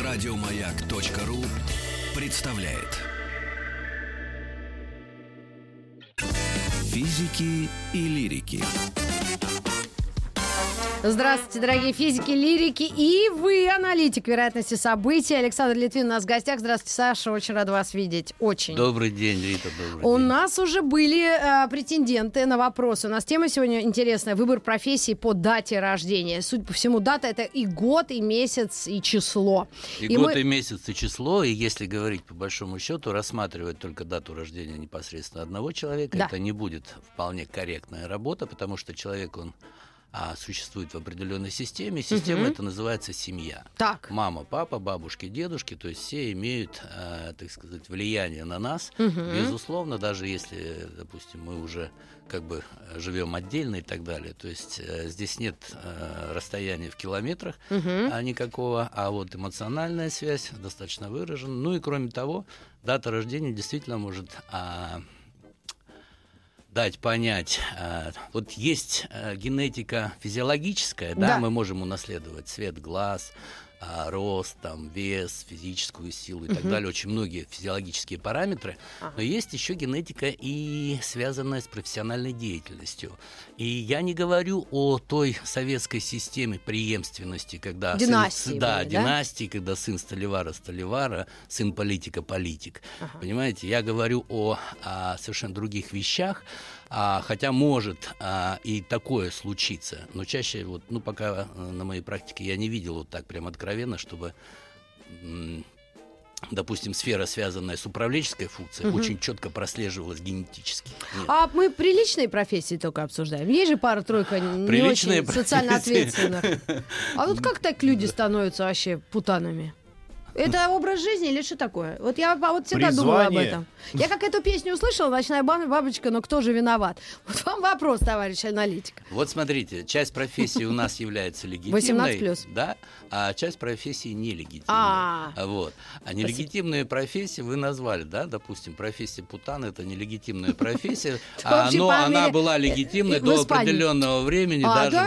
Радиомаяк.ру представляет Физики и лирики. Здравствуйте, дорогие физики, лирики и вы, аналитик вероятности событий. Александр Литвин у нас в гостях. Здравствуйте, Саша, очень рада вас видеть. Очень. Добрый день, Рита, добрый У день. нас уже были претенденты на вопросы. У нас тема сегодня интересная. Выбор профессии по дате рождения. Судя по всему, дата — это и год, и месяц, и число. И год, и месяц, и число. И если говорить по большому счету, рассматривать только дату рождения непосредственно одного человека, Да. это не будет вполне корректная работа, потому что человек, он существует в определенной системе. Система это называется семья. Так. Мама, папа, бабушки, дедушки, то есть все имеют, так сказать, влияние на нас. Безусловно, даже если, допустим, мы уже как бы живем отдельно и так далее. То есть здесь нет расстояния в километрах никакого, а вот эмоциональная связь достаточно выражена. Ну и кроме того, дата рождения действительно может дать понять, вот есть генетика физиологическая, да, мы можем унаследовать цвет глаз, рост, там, вес, физическую силу и так далее, очень многие физиологические параметры, но есть еще генетика и связанная с профессиональной деятельностью. И я не говорю о той советской системе преемственности, когда династии, когда сын Столивара, сын политика. Понимаете, я говорю о совершенно других вещах. Хотя может и такое случиться, но чаще, вот, пока на моей практике я не видел вот так прям откровенно, чтобы, допустим, сфера, связанная с управленческой функцией, очень четко прослеживалась генетически. Нет. А мы приличные профессии только обсуждаем. Есть же пара-тройка не очень социально ответственных. А вот как так люди становятся вообще путанами? Это образ жизни или что такое? Вот я всегда думала об этом. Я как эту песню услышала, «Ночная бабочка, но кто же виноват?» Вот вам вопрос, товарищ аналитик. Вот смотрите, часть профессии у нас является легитимной, 18+. да, а часть профессии нелегитимной. Вот. А нелегитимные профессии вы назвали, да, допустим, профессия путана — это нелегитимная профессия, но она была легитимной до определенного времени,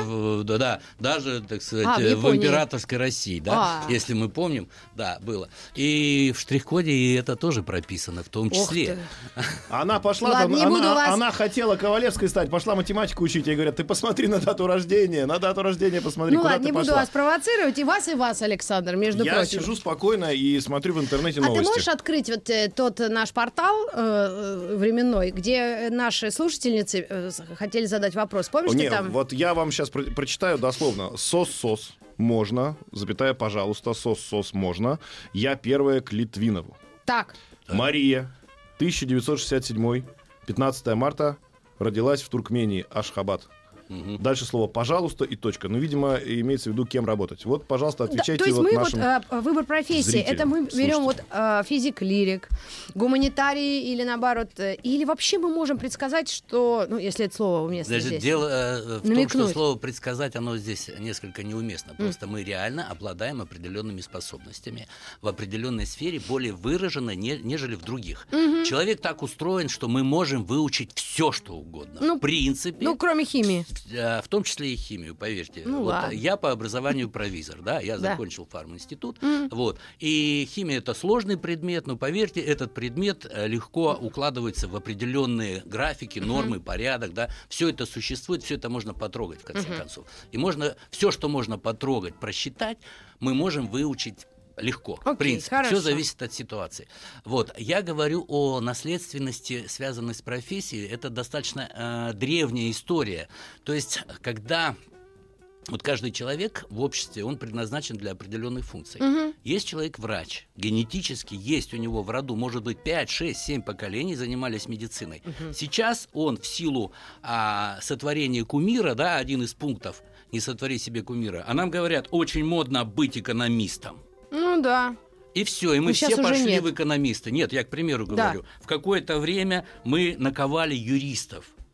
даже, так сказать, в императорской России, да, если мы помним, да, было. И в штрих-коде это тоже прописано, в том числе. Она пошла, она хотела Ковалевской стать, пошла математику учить, ей говорят: ты посмотри на дату рождения, посмотри, куда ты пошла. Не буду вас провоцировать, и вас, Александр, между прочим. Я сижу спокойно и смотрю в интернете новости. А ты можешь открыть вот тот наш портал временной, где наши слушательницы хотели задать вопрос? Помнишь, ты там? Вот я вам сейчас прочитаю дословно. СОС можно, запятая, пожалуйста, СОС можно. Я первая к Литвинову. Так. Мария, 1967, 15 марта, родилась в Туркмении, Ашхабад. Дальше слово «пожалуйста» и точка. Ну, видимо, имеется в виду, кем работать. Вот, пожалуйста, отвечайте. То есть вот мы нашим выбор профессии, зрителям, это мы берем физик-лирик, гуманитарий или наоборот, или вообще мы можем предсказать, что, если это слово уместно здесь. Дело в том, что слово «предсказать», оно здесь несколько неуместно. Просто мы реально обладаем определенными способностями в определенной сфере, более выраженно, нежели в других. Человек так устроен, что мы можем выучить все, что угодно. В принципе. Кроме химии. В том числе и химию, поверьте. Я по образованию провизор, да, я закончил фарминститут, и химия — это сложный предмет, но поверьте, этот предмет легко укладывается в определенные графики, нормы, порядок, да, все это существует, все это можно потрогать в конце концов. И все, что можно потрогать, просчитать, мы можем выучить легко. В принципе, все зависит от ситуации. Я говорю о наследственности, связанной с профессией. Это достаточно древняя история. То есть, когда каждый человек в обществе, он предназначен для определенной функции. Есть человек-врач, генетически есть у него в роду, может быть, 5, 6, 7 поколений занимались медициной. Сейчас он в силу сотворения кумира, да, один из пунктов «не сотвори себе кумира», а нам говорят, очень модно быть экономистом. Да. И все, и мы все пошли в экономисты. Нет, я к примеру говорю. В какое-то время мы наковали юристов.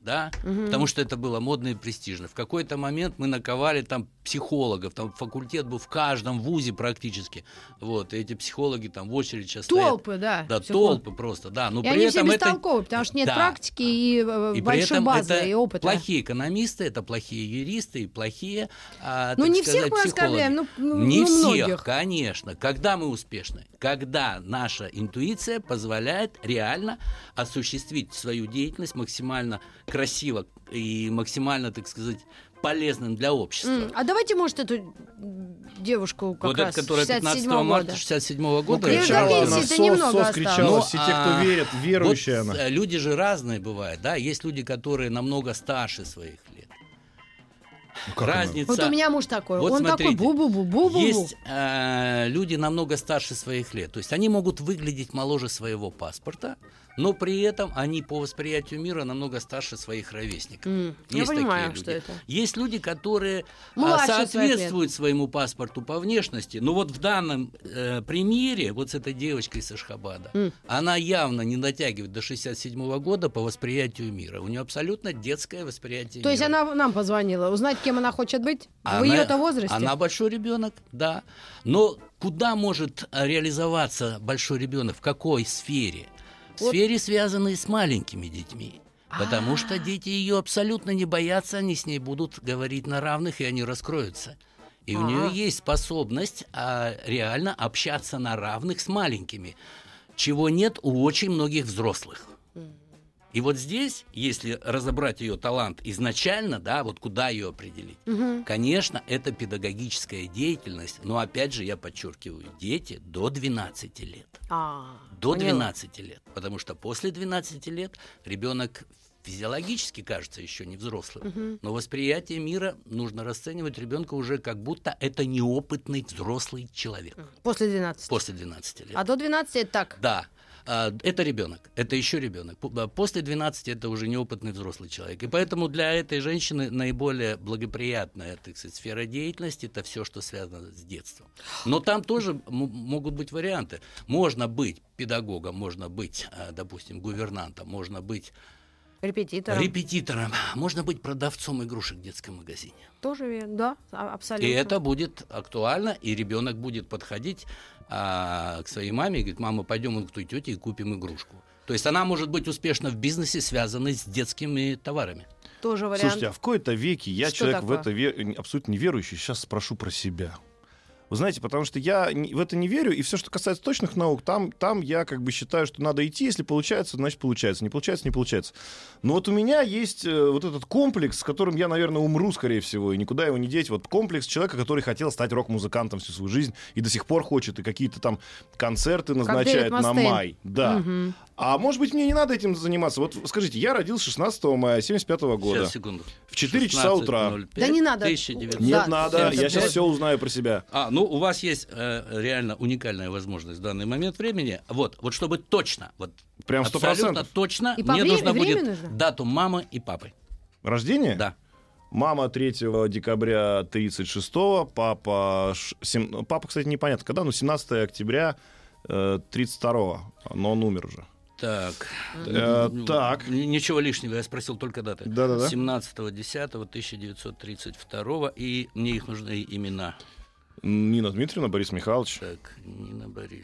да, потому что это было модно и престижно. В какой-то момент мы наковали там психологов, там факультет был в каждом вузе практически, вот, и эти психологи там в очередь сейчас толпы, стоят. Да, толпы просто, да. Но и при они этом все бестолковые, потому что нет практики и большой базы, это и опыта. Плохие экономисты, это плохие юристы и плохие, не всех мы оскорбляем, не всех, многих. Конечно. Когда мы успешны? Когда наша интуиция позволяет реально осуществить свою деятельность максимально красиво и максимально, так сказать, полезным для общества. А давайте, может, эту девушку как вот раз это, которая 15 марта 67 года. Кричала она, СОС кричала, все те, кто верит, верующая вот, она. Люди же разные бывают, да, есть люди, которые намного старше своих лет. Разница. Вот у меня муж такой, вот он смотрите, такой бу-бу-бу. Есть люди намного старше своих лет, то есть они могут выглядеть моложе своего паспорта, но при этом они по восприятию мира намного старше своих ровесников. Я понимаю, что это. Есть люди, которые соответствуют своему паспорту по внешности, но вот в данном примере, вот с этой девочкой из Ашхабада, она явно не дотягивает до 67 года по восприятию мира. У нее абсолютно детское восприятие мира. То есть она нам позвонила, узнать, кем она хочет быть в ее-то возрасте? Она большой ребенок, да. Но куда может реализоваться большой ребенок, в какой сфере? В сфере, связанной с маленькими детьми. Потому что дети ее абсолютно не боятся, они с ней будут говорить на равных, и они раскроются. И у нее есть способность реально общаться на равных с маленькими, чего нет у очень многих взрослых. И вот здесь, если разобрать ее талант изначально, да, вот куда ее определить, конечно, это педагогическая деятельность, но опять же, я подчеркиваю, дети до 12 лет. До 12 лет. Потому что после 12 лет ребенок физиологически кажется еще не взрослым, но восприятие мира нужно расценивать ребенка уже как будто это неопытный взрослый человек. После 12. После 12 лет. А до 12 это так? Да. Это ребенок, это еще ребенок. После 12 это уже неопытный взрослый человек. И поэтому для этой женщины наиболее благоприятная, так сказать, сфера деятельности — это все, что связано с детством. Но там тоже могут быть варианты. Можно быть педагогом, можно быть, допустим, гувернантом, можно быть репетитором, можно быть продавцом игрушек в детском магазине. Тоже верно, да, абсолютно. И это будет актуально, и ребенок будет подходить к своей маме и говорит: мама, пойдем к той тете и купим игрушку. То есть она может быть успешна в бизнесе, связанной с детскими товарами. Тоже вариант. Слушайте, а в кои-то веке я что человек такое? в это абсолютно неверующий, сейчас спрошу про себя. Вы знаете, потому что я в это не верю, и все, что касается точных наук, там я как бы считаю, что надо идти, если получается, значит получается, не получается, не получается. Но вот у меня есть вот этот комплекс, с которым я, наверное, умру, скорее всего, и никуда его не деть. Вот комплекс человека, который хотел стать рок-музыкантом всю свою жизнь, и до сих пор хочет, и какие-то там концерты назначает на май. Да. Угу. А может быть, мне не надо этим заниматься? Вот скажите, я родился 16 мая 75 года. Сейчас, секунду. В 4 часа утра. 05, Да не надо. 1900. Нет, надо. 75. Я сейчас все узнаю про себя. Ну, у вас есть реально уникальная возможность в данный момент времени. Вот чтобы точно, вот прям 100%. абсолютно точно, и мне нужно будет нужно? дату мамы и папы. Рождение? Да. Мама 3 декабря 36-го, папа, кстати, непонятно когда, но 17 октября 32-го, но он умер уже. Так. Так. Ничего лишнего, я спросил только даты. Да-да-да. 17.10.1932, и мне их нужны имена. Нина Дмитриевна, Борис Михайлович. Так, Нина, Борис.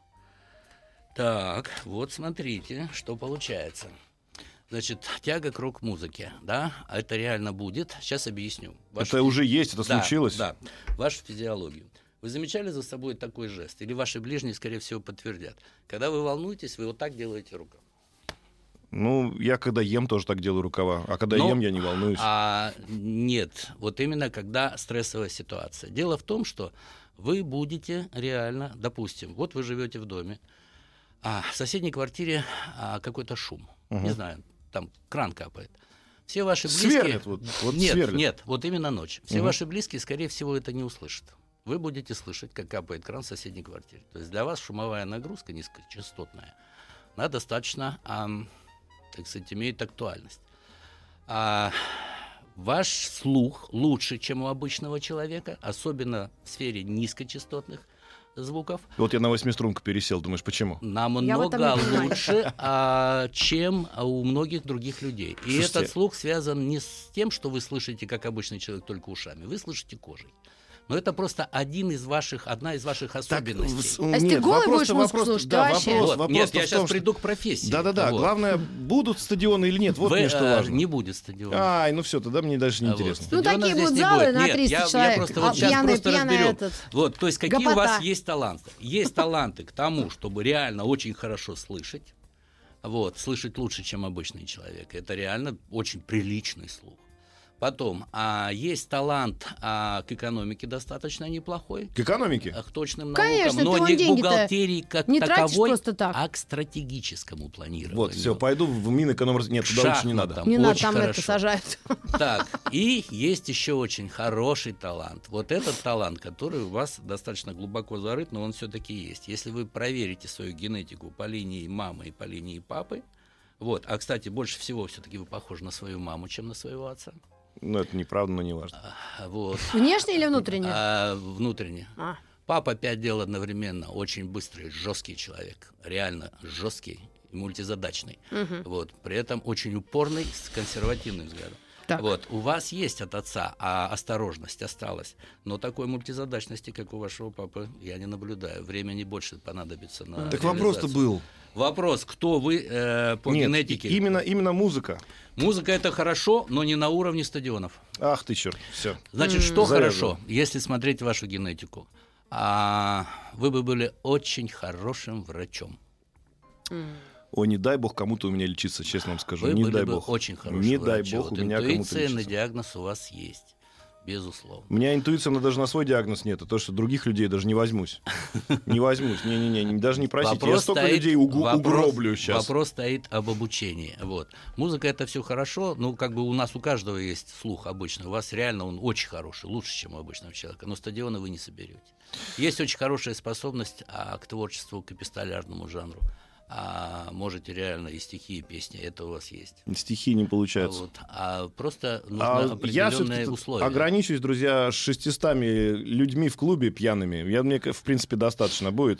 Так, вот смотрите, что получается. Значит, тяга к рок-музыке, да, это реально будет. Сейчас объясню. Это уже есть, это случилось? Да, вашу физиологию. Вы замечали за собой такой жест? Или ваши ближние, скорее всего, подтвердят? Когда вы волнуетесь, вы вот так делаете рукав. Ну, я когда ем, тоже так делаю рукава. А когда ем, я не волнуюсь. Нет, вот именно когда стрессовая ситуация. Дело в том, что вы будете реально, допустим, вот вы живете в доме, а в соседней квартире какой-то шум. Не знаю, там кран капает. Все ваши близкие... Сверлят, Нет, вот именно ночь. Все ваши близкие, скорее всего, это не услышат. Вы будете слышать, как капает кран в соседней квартире. То есть для вас шумовая нагрузка низкочастотная, она достаточно, так сказать, имеет актуальность. Ваш слух лучше, чем у обычного человека, особенно в сфере низкочастотных звуков. Вот я на 8-струнку пересел, думаешь, почему? Намного лучше, чем у многих других людей. И этот слух связан не с тем, что вы слышите, как обычный человек, только ушами. Вы слышите кожей. Но это просто одна из ваших особенностей. А если ты голый будешь музыку слушать, вообще? Нет, я сейчас приду к профессии. Да-да-да, главное, будут стадионы или нет, вот мне что важно. Не будет стадиона. Ну все, тогда мне даже не интересно. Ну такие будут залы на 300 человек, пьяный разберем. Вот, то есть какие у вас есть таланты? Есть таланты к тому, чтобы реально очень хорошо слышать. Вот, слышать лучше, чем обычный человек. Это реально очень приличный слух. Потом, есть талант к экономике достаточно неплохой. К экономике? К точным Конечно, наукам, но не к бухгалтерии как не таковой, а к стратегическому планированию. Вот, все, пойду в Минэкономразвитие. Нет, туда лучше не надо. Не надо, там это сажают. Так, и есть еще очень хороший талант. Вот этот талант, который у вас достаточно глубоко зарыт, но он все-таки есть. Если вы проверите свою генетику по линии мамы и по линии папы, вот, а, кстати, больше всего все-таки вы похожи на свою маму, чем на своего отца. Ну, это неправда, но не важно. Вот. Внешне или внутренне? Внутренне. Папа 5 дел одновременно. Очень быстрый, жесткий человек. Реально жесткий и мультизадачный. Вот. При этом очень упорный, с консервативным взглядом. Вот. У вас есть от отца, осторожность осталась. Но такой мультизадачности, как у вашего папы, я не наблюдаю. Времени больше понадобится на Так вопрос-то был. Вопрос, кто вы по генетике? Именно музыка. Музыка — это хорошо, но не на уровне стадионов. Ах ты черт, все. Значит, что хорошо, если смотреть вашу генетику? Вы бы были очень хорошим врачом. Ой, не дай бог кому-то у меня лечиться, честно вам скажу. Вы не были дай бы бог. очень хороший не врач. дай бог Вот у меня кому-то интуиция лечиться. на диагноз у вас есть. Безусловно. У меня интуиция, но даже на свой диагноз нет. А то, что других людей даже не возьмусь. Не возьмусь. Не-не-не, даже не просите. Я столько людей угроблю сейчас. Вопрос стоит об обучении. Вот. Музыка — это все хорошо. Ну, как бы у нас у каждого есть слух обычно. У вас реально он очень хороший, лучше, чем у обычного человека. Но стадиона вы не соберете. Есть очень хорошая способность к творчеству, к эпистолярному жанру. Можете реально и стихи, и песни, это у вас есть. Стихи не получается. Вот. Просто нужно определенные условия. Я ограничусь, друзья, 600 людьми в клубе пьяными. Мне, в принципе, достаточно будет.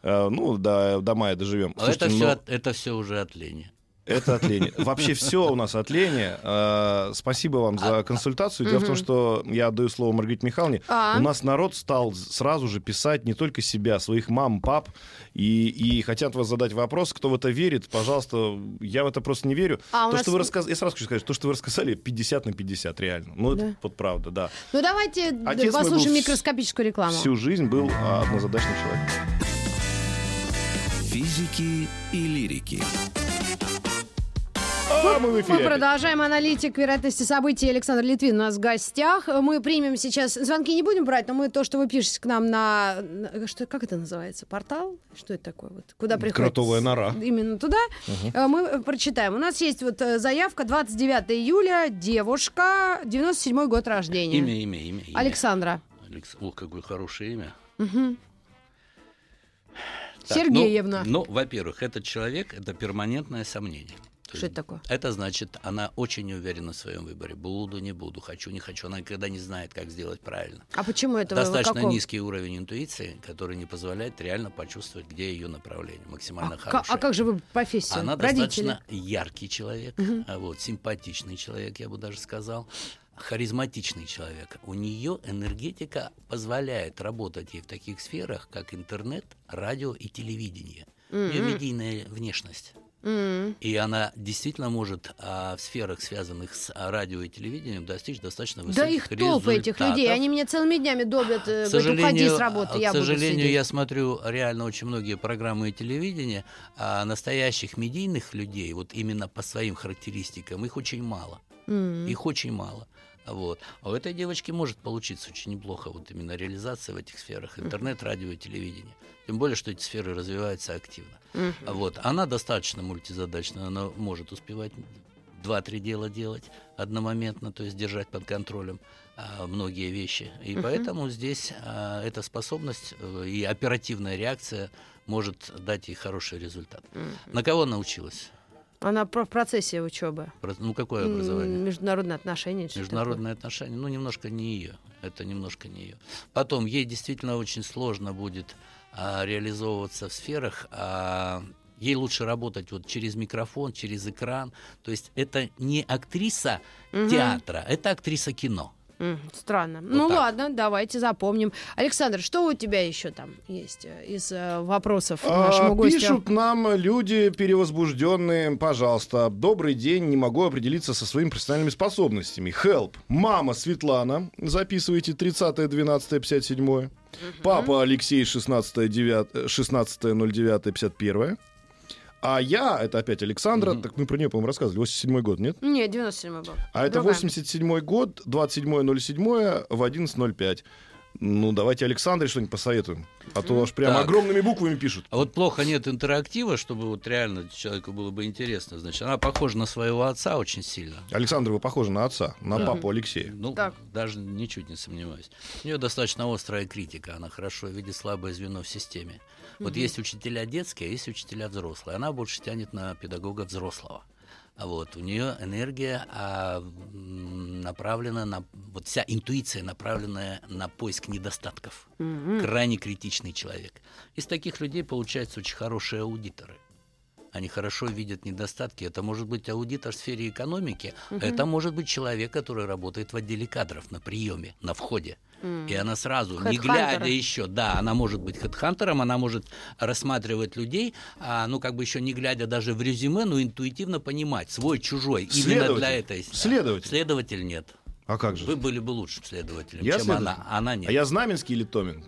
До мая доживем. Слушайте, это все уже от лени. Это от лени. Вообще все у нас от лени. Спасибо вам за консультацию. Дело в том, что я отдаю слово Маргарите Михайловне. У нас народ стал сразу же писать не только себя, своих мам, пап, и хотят вас задать вопрос, кто в это верит. Пожалуйста, я в это просто не верю. Что вы рассказали, я сразу хочу сказать, то, что вы рассказали, 50/50 реально. Ну, это вот правда, да. Ну, давайте послушаем микроскопическую рекламу. Всю жизнь был однозадачным человеком. Физики и лирики. Мы продолжаем. Аналитик вероятности событий Александр Литвин у нас в гостях. Мы примем сейчас... Звонки не будем брать, но мы то, что вы пишете к нам на... Как это называется? Портал? Что это такое? Вот, куда приходит? Кротовая нора. Именно туда. Мы прочитаем. У нас есть вот заявка 29 июля. Девушка, 97-й год рождения. Имя. Александра. Ох, какое хорошее имя. Так, Сергеевна. Во-первых, этот человек — это перманентное сомнение. Что это такое? Это значит, она очень не уверена в своем выборе. Буду, не буду, хочу, не хочу. Она никогда не знает, как сделать правильно. А почему это? Достаточно низкий уровень интуиции, который не позволяет реально почувствовать, где ее направление. Максимально хорошее. А как же вы профессия? Она достаточно яркий человек, симпатичный человек, я бы даже сказал. Харизматичный человек. У нее энергетика позволяет работать ей в таких сферах, как интернет, радио и телевидение. Ее медийная внешность. И она действительно может в сферах, связанных с радио и телевидением, достичь достаточно высоких результатов. Да их толпы этих людей. Они меня целыми днями долбят, говорят, уходи с работы, я буду сидеть. К сожалению, я смотрю реально очень многие программы и телевидения, настоящих медийных людей, вот именно по своим характеристикам, их очень мало. Их очень мало. Вот. А у этой девочки может получиться очень неплохо вот именно реализация в этих сферах. Интернет, радио и телевидение. Тем более, что эти сферы развиваются активно. Вот. Она достаточно мультизадачна. Она может успевать 2-3 дела делать одномоментно, то есть держать под контролем многие вещи. И поэтому здесь эта способность и оперативная реакция может дать ей хороший результат. На кого она училась? Она в процессе учебы. Какое образование? Международные отношения. Международные отношения. Немножко не ее. Это немножко не ее. Потом, ей действительно очень сложно будет реализовываться в сферах, ей лучше работать вот через микрофон, через экран. То есть это не актриса театра, это актриса кино. Странно. Вот ну так. Ладно, давайте запомним. Александр, что у тебя еще там есть из вопросов нашему гостю? Пишут нам люди перевозбужденные. Пожалуйста, добрый день, не могу определиться со своими профессиональными способностями. Help. Мама Светлана, записывайте 30-12-57. Папа Алексей 16.09-51. А я, это опять Александра, так мы про нее, по-моему, рассказывали, 87-й год, нет? Нет, 97-й был. А это 87-й год, 27.07 в 11.05. Ну, давайте Александре что-нибудь посоветуем. А то аж прям огромными буквами пишут. А вот плохо нет интерактива, чтобы вот реально человеку было бы интересно. Значит, она похожа на своего отца очень сильно. Александра, вы похожи на отца, на папу Алексея. Ну, даже ничуть не сомневаюсь. У нее достаточно острая критика, она хорошо видит слабое звено в системе. Вот есть учителя детские, а есть учителя взрослые. Она больше тянет на педагога взрослого. Вот, у нее энергия направлена на... Вот вся интуиция направленная на поиск недостатков. Крайне критичный человек. Из таких людей получаются очень хорошие аудиторы. Они хорошо видят недостатки. Это может быть аудитор в сфере экономики, это может быть человек, который работает в отделе кадров на приеме, на входе. И она сразу, не глядя еще, она может быть хедхантером, она может рассматривать людей, ну, как бы еще не глядя даже в резюме, но интуитивно понимать, свой, чужой. Именно для этой. Следователь нет. А как же? Вы были бы лучшим следователем, чем она. Она нет. А я Знаменский или Томин?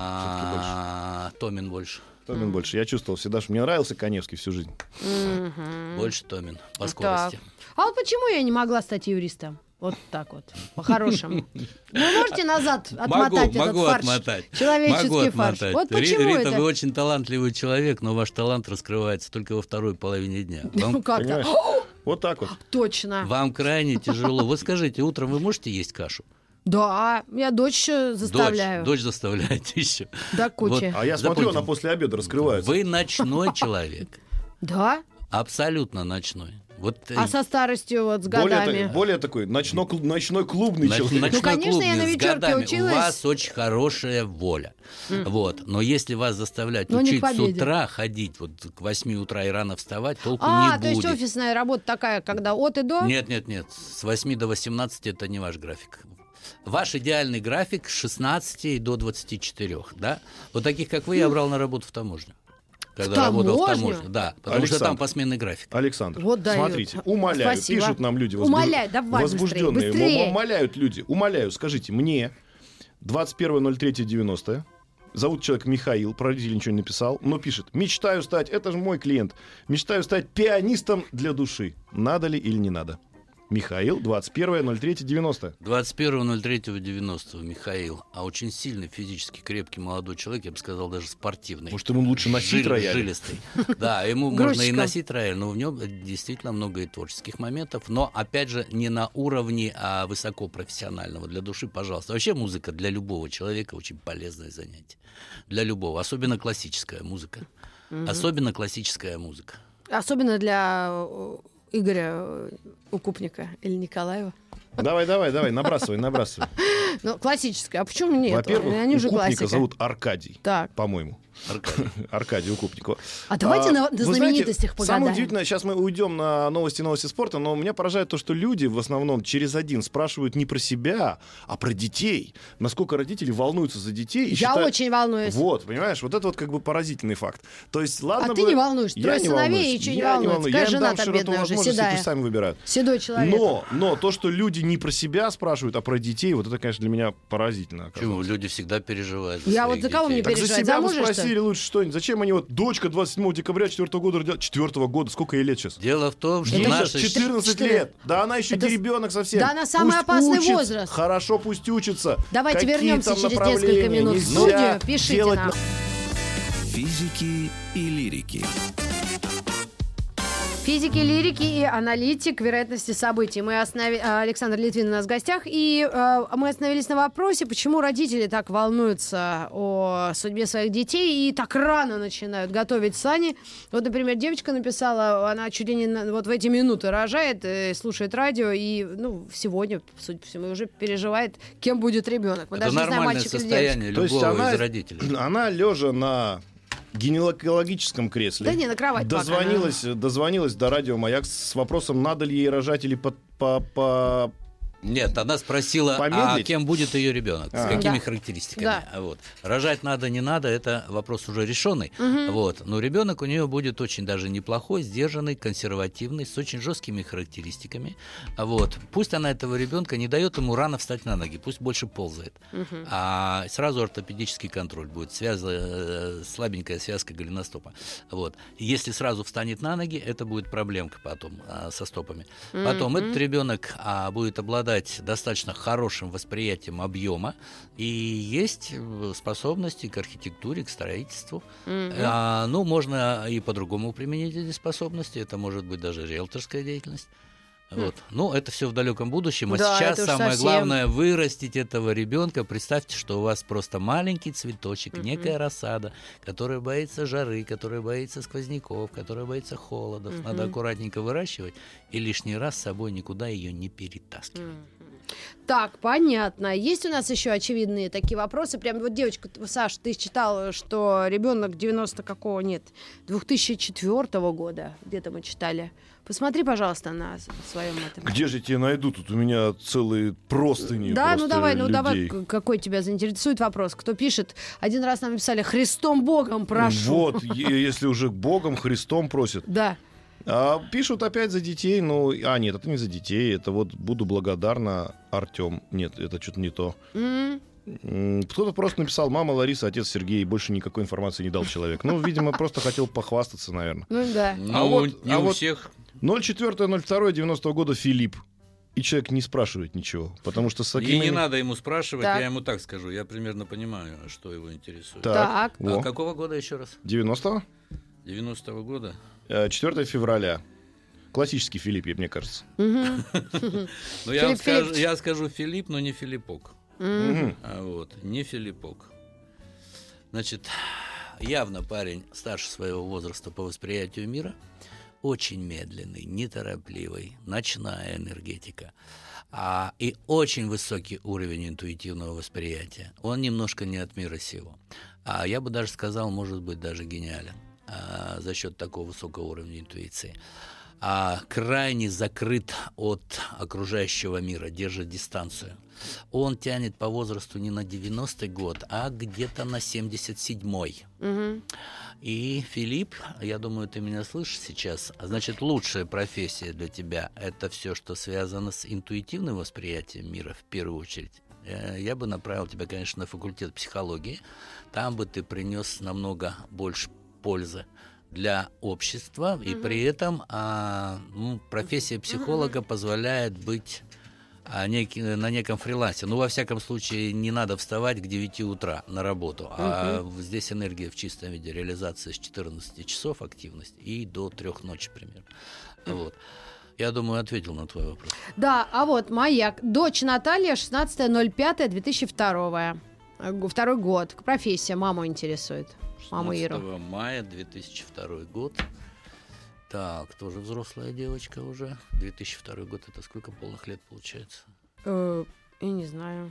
Томин больше. Томин больше. Я чувствовал всегда, что мне нравился Каневский всю жизнь. Больше Томин по скорости. А вот почему я не могла стать юристом? Вот так вот, по-хорошему. Вы можете назад отмотать этот фарш? Человеческий фарш. Вот почему Рита, вы очень талантливый человек, но ваш талант раскрывается только во второй половине дня. Ну как-то. Вот так вот. Точно. Вам крайне тяжело. Вот скажите, утром вы можете есть кашу? Да, я дочь заставляю. Дочь заставляете еще. Да, куча. А я смотрю, она после обеда раскрывается. Вы ночной человек. Да? Абсолютно ночной. Вот, а со старостью, вот с годами? Более такой ночной клубный человек. Ну, конечно, я на вечерке училась. У вас очень хорошая воля. Вот. Но если вас заставлять учить с утра ходить вот к 8 утра и рано вставать, толку не будет. То есть офисная работа такая, когда от и до? Нет. С 8 до 18 это не ваш график. Ваш идеальный график с 16 до 24. Да? Вот таких, как вы, я брал на работу в таможню. Когда работал в таможне. Да, потому что там посменный график. Александр, смотрите, умоляю, пишут нам люди возбужденные. Умоляют люди, скажите мне, 21.03.90, зовут человек Михаил, про родителей ничего не написал, но пишет: мечтаю стать, это же мой клиент, мечтаю стать пианистом для души. Надо ли или не надо? Михаил, 21.03.90. 21.03.90 Михаил. А очень сильный, физически крепкий молодой человек, я бы сказал, даже спортивный. Может, ему лучше носить рояль? Жилистый. Да, ему можно и носить рояль, но в нем действительно много и творческих моментов. Но, опять же, не на уровне высокопрофессионального. Для души, пожалуйста. Вообще музыка для любого человека очень полезное занятие. Для любого. Особенно классическая музыка. Особенно классическая музыка. Особенно для... Игоря Укупника или Николаева. Давай, набрасывай. Ну, классическая. А почему нет? Во-первых, они уже Укупника классика. зовут Аркадий, по-моему. Аркадий Укупникова. А давайте на знаменитостях погадаем. Самое удивительное, сейчас мы уйдем на новости спорта, но меня поражает то, что люди в основном через один спрашивают не про себя, а про детей. Насколько родители волнуются за детей. Я очень волнуюсь. Вот, понимаешь, вот это вот как бы поразительный факт. То есть, ладно ты не волнуешься. Трое сыновей, и что не волнуется. Какая жена-то бедная уже, седая. Пусть сами выбирают. Седой человек. Но то, что люди не про себя спрашивают, а про детей, вот это, конечно, для меня поразительно. Почему? Люди всегда переживают за Я вот за кого мне переживать? За себя бы спросили лучше что-нибудь. Зачем они дочка 27 декабря 4 года родила? 4 года, сколько ей лет сейчас? Дело в том, что наша 14 лет. Да она еще не ребенок совсем. Да она самый опасный возраст. Хорошо, пусть учится. Давайте вернемся через несколько минут в студию. Пишите нам. Физики и лирики. Физики, лирики и аналитик вероятности событий. Александр Литвин у нас в гостях. И мы остановились на вопросе, почему родители так волнуются о судьбе своих детей и так рано начинают готовить сани. Вот, например, девочка написала, она чуть ли не вот в эти минуты рожает, слушает радио и сегодня, судя по всему, уже переживает, кем будет ребенок. Это нормальное состояние любого из родителей. Она лежа на гинекологическом кресле. Да не, на кровать дозвонилась до радио «Маяк» с вопросом, надо ли ей рожать или Нет, она спросила, кем будет ее ребенок, с какими характеристиками. Да. Вот. Рожать надо, не надо, это вопрос уже решенный. Вот. Но ребенок у нее будет очень даже неплохой, сдержанный, консервативный, с очень жесткими характеристиками. Вот. Пусть она этого ребенка не дает ему рано встать на ноги, пусть больше ползает. А сразу ортопедический контроль будет, слабенькая связка голеностопа. Вот. Если сразу встанет на ноги, это будет проблемка потом со стопами. Потом этот ребенок будет обладать достаточно хорошим восприятием объема и есть способности к архитектуре, к строительству. Можно и по-другому применить эти способности. Это может быть даже риэлторская деятельность. Вот. Это все в далеком будущем. А сейчас самое главное вырастить этого ребенка. Представьте, что у вас просто маленький цветочек, некая рассада, которая боится жары, которая боится сквозняков, которая боится холодов. Надо аккуратненько выращивать и лишний раз с собой никуда ее не перетаскивать. Так, понятно. Есть у нас еще очевидные такие вопросы. Прям вот девочка, Саша, ты читала, что ребенок 2004 года, где-то мы читали. Посмотри, пожалуйста, на своем этом. Где же тебя найду? Тут у меня целые простыни. Да, давай, какой тебя заинтересует вопрос? Кто пишет? Один раз нам написали: Христом Богом прошу. Вот, если уже Богом, Христом просят. Да. Пишут опять за детей, нет, это не за детей, это вот буду благодарна, Артем. Нет, это что-то не то. Кто-то просто написал: мама Лариса, отец Сергей, и больше никакой информации не дал человек. Видимо, просто хотел похвастаться, наверное. Да. Не у всех. 04.02.90 года Филипп. И человек не спрашивает ничего, потому что с такими... И не надо ему спрашивать, я ему так скажу. Я примерно понимаю, что его интересует. Так. А какого года еще раз? 90-го? 90-го года? 4 февраля. Классический Филипп, мне кажется. Я скажу Филипп, но не Филиппок. Не Филиппок. Значит, явно парень старше своего возраста по восприятию мира. Очень медленный, неторопливый, ночная энергетика. И очень высокий уровень интуитивного восприятия. Он немножко не от мира сего. Я бы даже сказал, может быть, даже гениален за счет такого высокого уровня интуиции. Крайне закрыт от окружающего мира, держит дистанцию. Он тянет по возрасту не на 90-й год, а где-то на 77-й. И, Филипп, я думаю, ты меня слышишь сейчас. Значит, лучшая профессия для тебя – это все, что связано с интуитивным восприятием мира, в первую очередь. Я бы направил тебя, конечно, на факультет психологии. Там бы ты принес намного больше пользы для общества, и при этом профессия психолога позволяет быть на неком фрилансе. Во всяком случае, не надо вставать к 9 утра на работу. Здесь энергия в чистом виде, реализация с 14 часов активность и до 3 ночи примерно. Вот. Я думаю, ответил на твой вопрос. Да, «Маяк». Дочь Наталья, 16.05.2002. 2-й год. Профессия. Маму интересует. 16 мая 2002 год. Так, тоже взрослая девочка уже. 2002 год, это сколько полных лет получается? Я не знаю.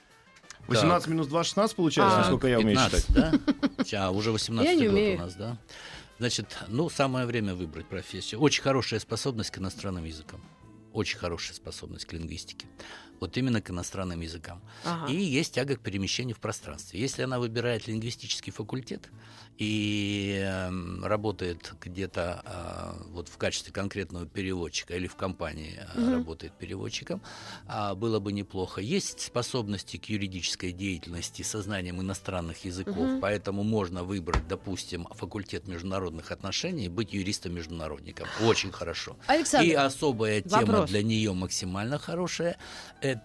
18 минус 2, 16 получается, насколько я умею 15, считать. Да? Уже 18 год у нас, да? Значит, самое время выбрать профессию. Очень хорошая способность к иностранным языкам. Очень хорошая способность к лингвистике. Вот именно к иностранным языкам. И есть тяга к перемещению в пространстве. Если она выбирает лингвистический факультет и работает где-то в качестве конкретного переводчика или в компании работает переводчиком, было бы неплохо. Есть способности к юридической деятельности со знанием иностранных языков, поэтому можно выбрать, допустим, факультет международных отношений и быть юристом-международником. Очень хорошо. Александр, и особая тема для нее максимально хорошая –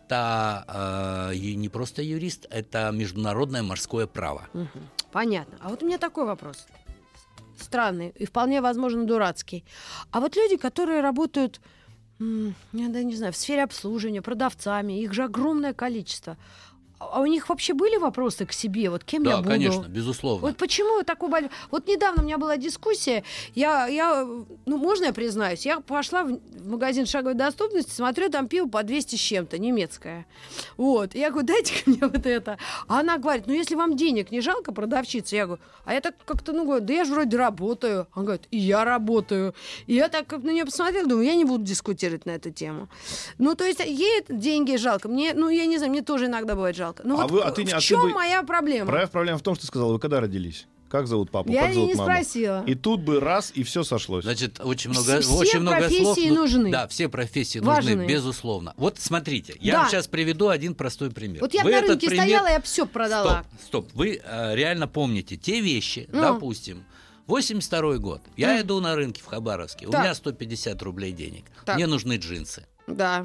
это не просто юрист, это международное морское право. Понятно. А вот у меня такой вопрос. странный и вполне, возможно, дурацкий. А вот люди, которые работают, я не знаю, в сфере обслуживания, продавцами, их же огромное количество. А у них вообще были вопросы к себе? Вот кем я буду? Да, конечно, безусловно. Вот почему такой большой... Вот недавно у меня была дискуссия. Можно я признаюсь? Я пошла в магазин шаговой доступности, смотрю, там пиво по 200 с чем-то, немецкое. Вот. Я говорю, дайте-ка мне вот это. А она говорит, если вам денег не жалко, продавщица. Я говорю, а я так как-то, говорю, да я же вроде работаю. Она говорит, и я работаю. И я так как на нее посмотрела, думаю, я не буду дискутировать на эту тему. То есть ей деньги жалко. Мне, я не знаю, мне тоже иногда бывает жалко. В чем моя проблема? Проблема в том, что ты сказала, вы когда родились? Как зовут папу? Я как зовут не маму? Спросила. И тут бы раз, и все сошлось. Значит, очень много все профессии слов. нужны. Да, все профессии важны. нужны, безусловно. Вот смотрите, я вам сейчас приведу один простой пример. Вот я на рынке стояла, я все продала. Стоп. Вы реально помните те вещи, допустим, 82-й год. Я иду на рынке в Хабаровске, у меня 150 рублей денег. Мне нужны джинсы. Да.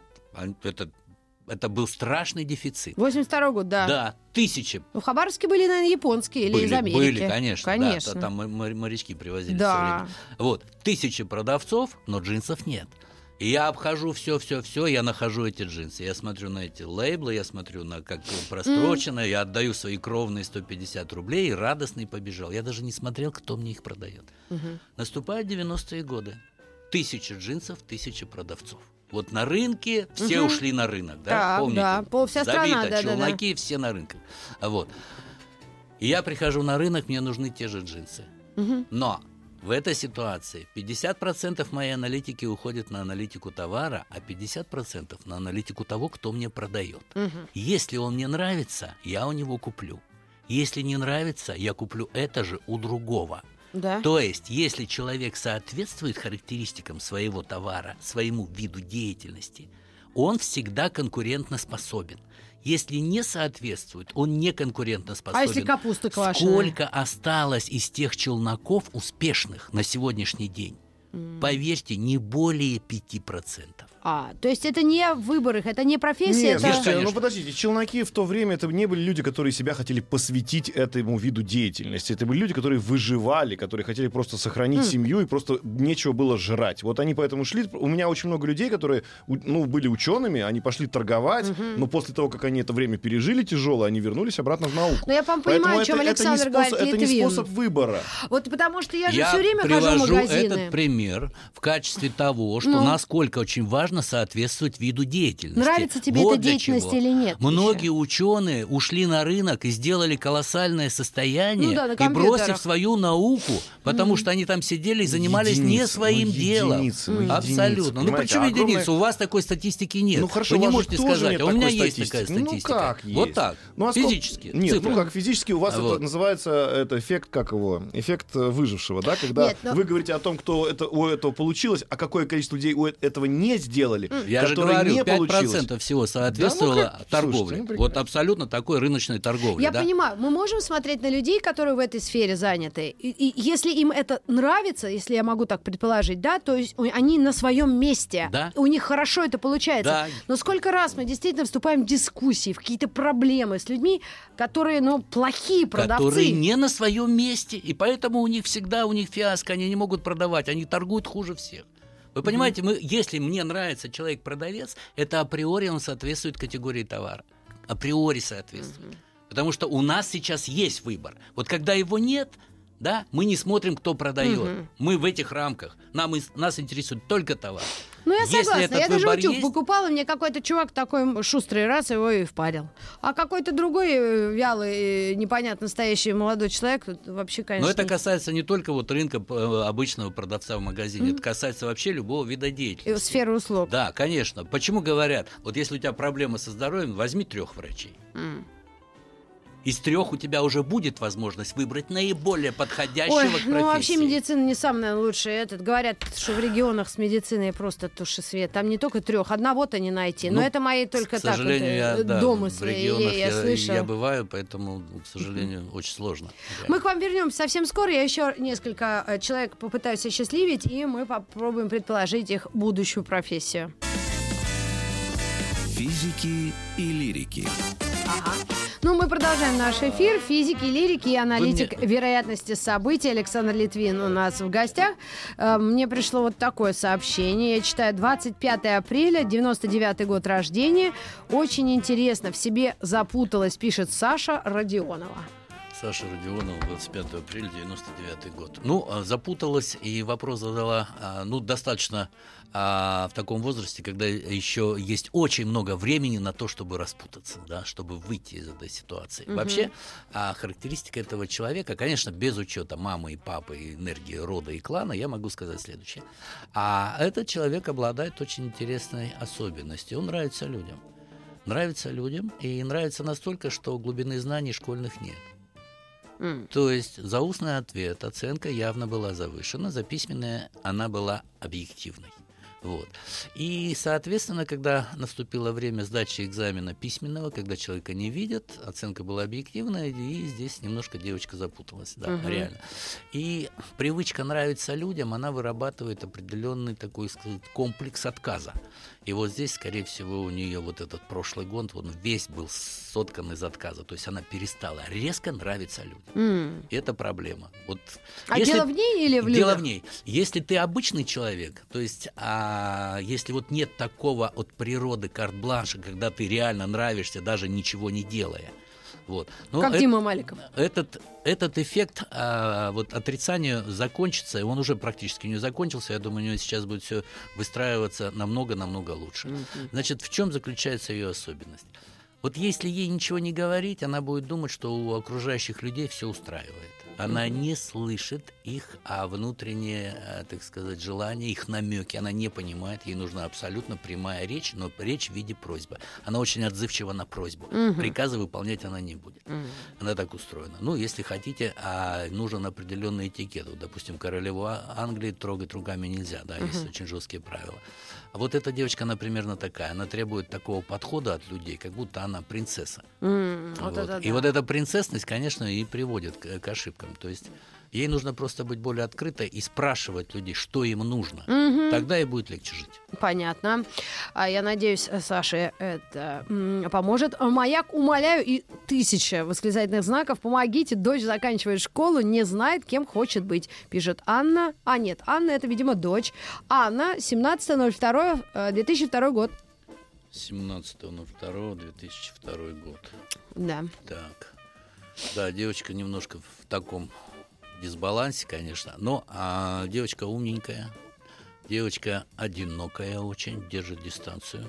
Это был страшный дефицит. 82-й год, да. Да, 1000. В Хабаровске были, наверное, японские или из Америки. Были, конечно. Да, там морячки привозили все время. Вот, 1000 продавцов, но джинсов нет. И я обхожу все, я нахожу эти джинсы. Я смотрю на эти лейблы, я смотрю на как прострочено, я отдаю свои кровные 150 рублей и радостный побежал. Я даже не смотрел, кто мне их продает. Наступают 90-е годы. 1000 джинсов, 1000 продавцов. Вот на рынке все ушли на рынок, да? Помните? Да, вся страна, Забито, челноки, все на рынке. Вот. И я прихожу на рынок, мне нужны те же джинсы. Но в этой ситуации 50% моей аналитики уходит на аналитику товара, а 50% на аналитику того, кто мне продает. Если он мне нравится, я у него куплю. Если не нравится, я куплю это же у другого. Да. То есть, если человек соответствует характеристикам своего товара, своему виду деятельности, он всегда конкурентоспособен. Если не соответствует, он не конкурентоспособен. А если капуста квашеная? Сколько осталось из тех челноков успешных на сегодняшний день? Поверьте, не более 5%. То есть это не выбор их, это не профессия? Нет, слушайте, подождите, челноки в то время это не были люди, которые себя хотели посвятить этому виду деятельности. Это были люди, которые выживали, которые хотели просто сохранить семью и просто нечего было жрать. Вот они поэтому шли. У меня очень много людей, которые были учеными, они пошли торговать, но после того, как они это время пережили тяжелое, они вернулись обратно в науку. Но я понимаю, о чем Александр говорит, Литвин. Это не способ выбора. Вот потому что я же все время хожу в магазины. Я привожу этот пример в качестве того, что насколько очень важно соответствовать виду деятельности. Нравится тебе эта деятельность или нет? Многие ученые ушли на рынок и сделали колоссальное состояние, и бросив свою науку, потому что они там сидели и занимались не своим делом. Абсолютно. Причем единицы? У вас такой статистики нет. Хорошо, вы не можете сказать, а у меня есть такая статистика. Как есть? Вот так. Физически. Нет, как физически у вас это называется эффект, эффект выжившего, да? Когда вы говорите о том, кто у этого получилось, а какое количество людей у этого не сделали. Я же говорю, 5% всего соответствовало торговле. Слушайте, вот абсолютно такой рыночной торговле. Я понимаю, мы можем смотреть на людей, которые в этой сфере заняты. И если им это нравится, если я могу так предположить, да, то есть они на своем месте. Да. У них хорошо это получается. Да. Но сколько раз мы действительно вступаем в дискуссии, в какие-то проблемы с людьми, которые, плохие продавцы. Которые не на своем месте. И поэтому у них фиаско, они не могут продавать, они торгуют хуже всех. Вы понимаете, если мне нравится человек-продавец, это априори он соответствует категории товара. Априори соответствует. Потому что у нас сейчас есть выбор. Вот когда его нет, да, мы не смотрим, кто продает. Мы в этих рамках. Нас интересует только товар. Я согласна. Я даже утюг покупала, мне какой-то чувак такой шустрый, раз его и впарил. А какой-то другой вялый, непонятно стоящий молодой человек, вообще, конечно... Но это касается не только рынка обычного продавца в магазине, это касается вообще любого вида деятельности. Сферы услуг. Да, конечно. Почему говорят, если у тебя проблемы со здоровьем, возьми 3 врачей. Из 3 у тебя уже будет возможность выбрать наиболее подходящего к профессии. Вообще медицина не самая лучшая. Говорят, что в регионах с медициной просто туши свет. Там не только 3, одного-то не найти. Но это мои только так домыслы. В регионах я бываю, поэтому, к сожалению, очень сложно. Мы к вам вернемся совсем скоро. Я еще несколько человек попытаюсь осчастливить, и мы попробуем предположить их будущую профессию. Физики и лирики. Ага. Ну, мы продолжаем наш эфир. Физик и лирик и аналитик вероятности событий Александр Литвин у нас в гостях. Мне пришло вот такое сообщение. Я читаю: 25 апреля, 99-й год рождения. Очень интересно, в себе запуталась, пишет Саша Родионова. Саша Родионова, 25 апреля, 99 год. Ну, запуталась и вопрос задала, достаточно в таком возрасте, когда еще есть очень много времени на то, чтобы распутаться, да, чтобы выйти из этой ситуации. Вообще, характеристика этого человека, конечно, без учета мамы и папы, энергии рода и клана, я могу сказать следующее. Этот человек обладает очень интересной особенностью. Он нравится людям. Нравится людям, и нравится настолько, что глубины знаний школьных нет. То есть за устный ответ оценка явно была завышена, за письменное она была объективной. Вот. И, соответственно, когда наступило время сдачи экзамена письменного, когда человека не видят, оценка была объективная, и здесь немножко девочка запуталась, да, реально. И привычка нравиться людям, она вырабатывает определенный такой, сказать, комплекс отказа. И вот здесь, скорее всего, у нее вот этот прошлый год, он весь был соткан из отказа. То есть она перестала резко нравиться людям. И это проблема. Вот, дело в ней или в людях? Дело в ней. Если ты обычный человек, то есть если вот нет такого от природы карт-бланша, когда ты реально нравишься, даже ничего не делая. Вот. Но как Дима Маликов. Этот эффект отрицания закончится, и он уже практически не закончился. Я думаю, у него сейчас будет все выстраиваться намного-намного лучше. Значит, в чем заключается ее особенность? Вот если ей ничего не говорить, она будет думать, что у окружающих людей все устраивает. Она не слышит их внутренние, так сказать, желания, их намеки. Она не понимает, ей нужна абсолютно прямая речь, но речь в виде просьбы. Она очень отзывчива на просьбу. Приказы выполнять она не будет. Она так устроена. Ну, если хотите, нужен определенный этикет. Вот, допустим, королеву Англии трогать руками нельзя, да, есть очень жесткие правила. А вот эта девочка, она примерно такая. Она требует такого подхода от людей, как будто она принцесса. И вот эта принцессность, конечно, и приводит к ошибкам. То есть ей нужно просто быть более открытой и спрашивать людей, что им нужно. Тогда ей будет легче жить. Понятно. Я надеюсь, Саше это поможет. Маяк, умоляю, и 1000 восклицательных знаков. Помогите, дочь заканчивает школу, не знает, кем хочет быть. Пишет Анна. Нет, Анна, это, видимо, дочь. Анна, 17.02.2002 год. 17.02.2002 год. Да. Так. Да, девочка немножко в таком дисбалансе, конечно, но девочка умненькая, девочка одинокая очень, держит дистанцию.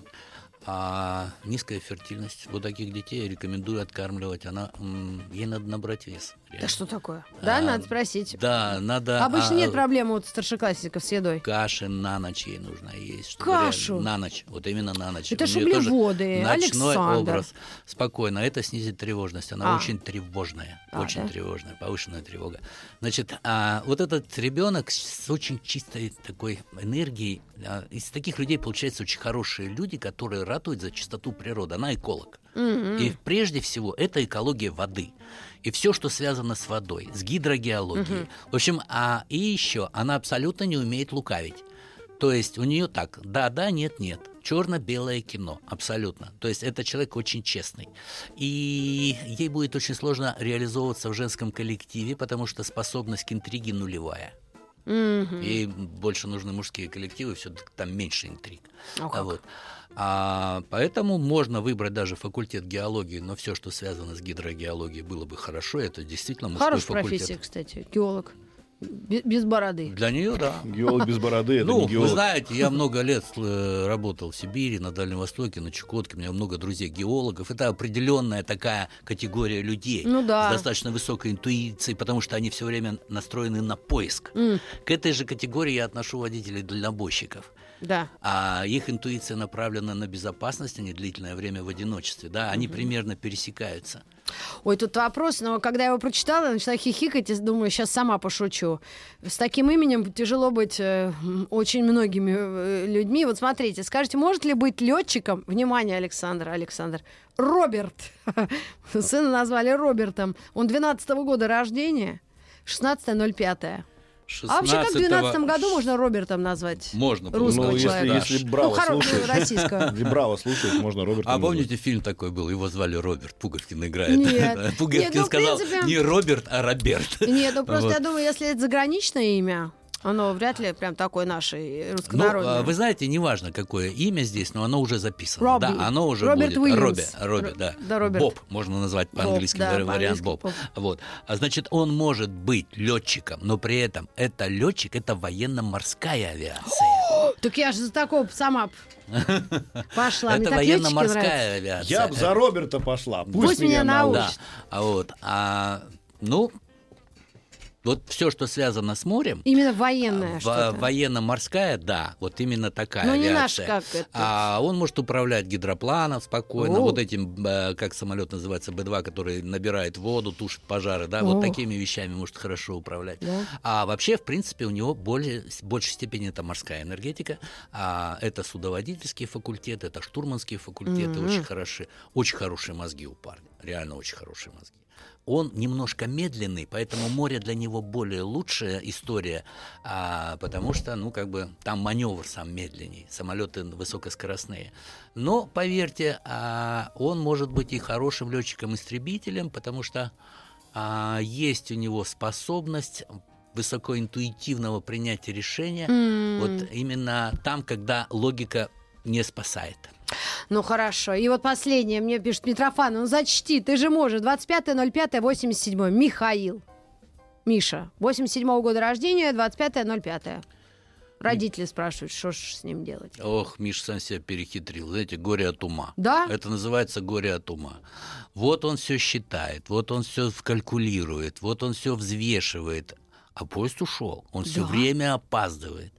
Низкая фертильность. Вот таких детей я рекомендую откармливать. Ей надо набрать вес. Реально. Да что такое? Да, надо спросить. Да, надо. Обычно нет проблем у старшеклассников с едой. Каши на ночь ей нужно есть. Кашу? На ночь. Вот именно на ночь. Это же углеводы, ночной Александр. Образ. Спокойно. Это снизит тревожность. Она очень тревожная. Очень тревожная. Повышенная тревога. Значит, вот этот ребенок с очень чистой такой энергией. Из таких людей получаются очень хорошие люди, которые ратуют за чистоту природы. Она эколог. И прежде всего это экология воды. И все, что связано с водой, с гидрогеологией. В общем, и еще она абсолютно не умеет лукавить. То есть у нее так, да, нет. Черно-белое кино, абсолютно. То есть это человек очень честный. И ей будет очень сложно реализовываться в женском коллективе, потому что способность к интриге нулевая. Ей больше нужны мужские коллективы, все-таки там меньше интриг. Вот. Поэтому можно выбрать даже факультет геологии, но все, что связано с гидрогеологией, было бы хорошо. Это действительно мужской факультет. Хорошая профессия, кстати, геолог. Без бороды. Для нее, да. Геолог без бороды, это не геолог. Вы знаете, я много лет работал в Сибири, на Дальнем Востоке, на Чукотке. У меня много друзей-геологов. Это определенная такая категория людей с достаточно высокой интуицией, потому что они все время настроены на поиск. К этой же категории я отношу водителей-дальнобойщиков. Да. А их интуиция направлена на безопасность, а не длительное время в одиночестве. Да, они примерно пересекаются. Ой, тут вопрос, но когда я его прочитала, я начала хихикать и думаю, сейчас сама пошучу. С таким именем тяжело быть очень многими людьми. Вот смотрите, скажите, может ли быть летчиком, внимание, Александр, Роберт, сына назвали Робертом, он 12-го года рождения, 16.05. А вообще, как в 2012 году можно Робертом назвать? Можно. Русского человека. Если Браво слушает, российского. Если Браво слушает, можно Робертом. А помните, фильм такой был, его звали Роберт, Пуговкин играет. Нет. Пуговкин сказал не Роберт, а Роберт. Нет, ну просто я думаю, если это заграничное имя, оно вряд ли прям такое наше руссконародное. Ну, вы знаете, неважно, какое имя здесь, но оно уже записано. Робби. Да, оно уже Роберт будет. Уильямс. Робби, да. Да, Роберт. Боб, можно назвать по-английски, Боб, да, вариант Боб. Вот. А значит, он может быть летчиком, но при этом это летчик, это военно-морская авиация. Так я же за такого сама пошла. Это военно-морская авиация. Я бы за Роберта пошла. Пусть меня научат. Да. Вот все, что связано с морем. Именно военная что-то. Военно-морская, да, вот именно такая но авиация. Не наш, как это. А он может управлять гидропланом спокойно, вот этим, как самолет называется, Б-2, который набирает воду, тушит пожары, да, вот такими вещами может хорошо управлять. Да. А вообще, в принципе, у него в большей степени это морская энергетика, это судоводительские факультеты, это штурманские факультеты, очень хорошие мозги у парня, реально очень хорошие мозги. Он немножко медленный, поэтому море для него более лучшая история, потому что, там маневр сам медленней, самолеты высокоскоростные. Но, поверьте, он может быть и хорошим летчиком-истребителем, потому что есть у него способность высокоинтуитивного принятия решения, вот именно там, когда логика не спасает. Ну хорошо. И вот последнее мне пишет Митрофан. Зачти, ты же можешь. 25.05.87. Михаил. Миша. 87-го года рождения, 25.05. Родители спрашивают, что ж с ним делать. Ох, Миша сам себя перехитрил. Знаете, горе от ума. Да? Это называется горе от ума. Вот он все считает, вот он все калькулирует, вот он все взвешивает. А поезд ушел. Он все время опаздывает.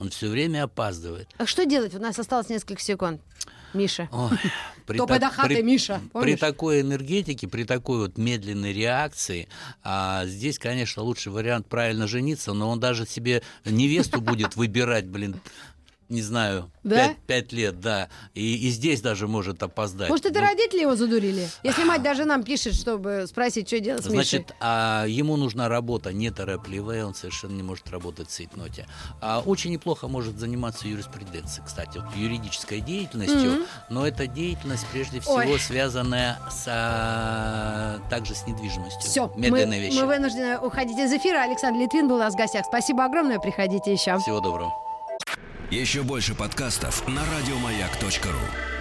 А что делать? У нас осталось несколько секунд. Миша. Топай до хаты, Миша. При такой энергетике, при такой вот медленной реакции, здесь, конечно, лучший вариант правильно жениться, но он даже себе невесту будет выбирать, не знаю, да? 5 лет, да. И здесь даже может опоздать. Может, это родители его задурили? Если мать даже нам пишет, чтобы спросить, что делать с Мишей. Значит, ему нужна работа неторопливая, он совершенно не может работать в цейтноте. Очень неплохо может заниматься юриспруденцией, кстати, вот, юридической деятельностью, но эта деятельность прежде всего связанная также с недвижимостью. Все, медленные вещи. Мы вынуждены уходить из эфира. Александр Литвин был у нас в гостях. Спасибо огромное, приходите еще. Всего доброго. Еще больше подкастов на радиомаяк.ру.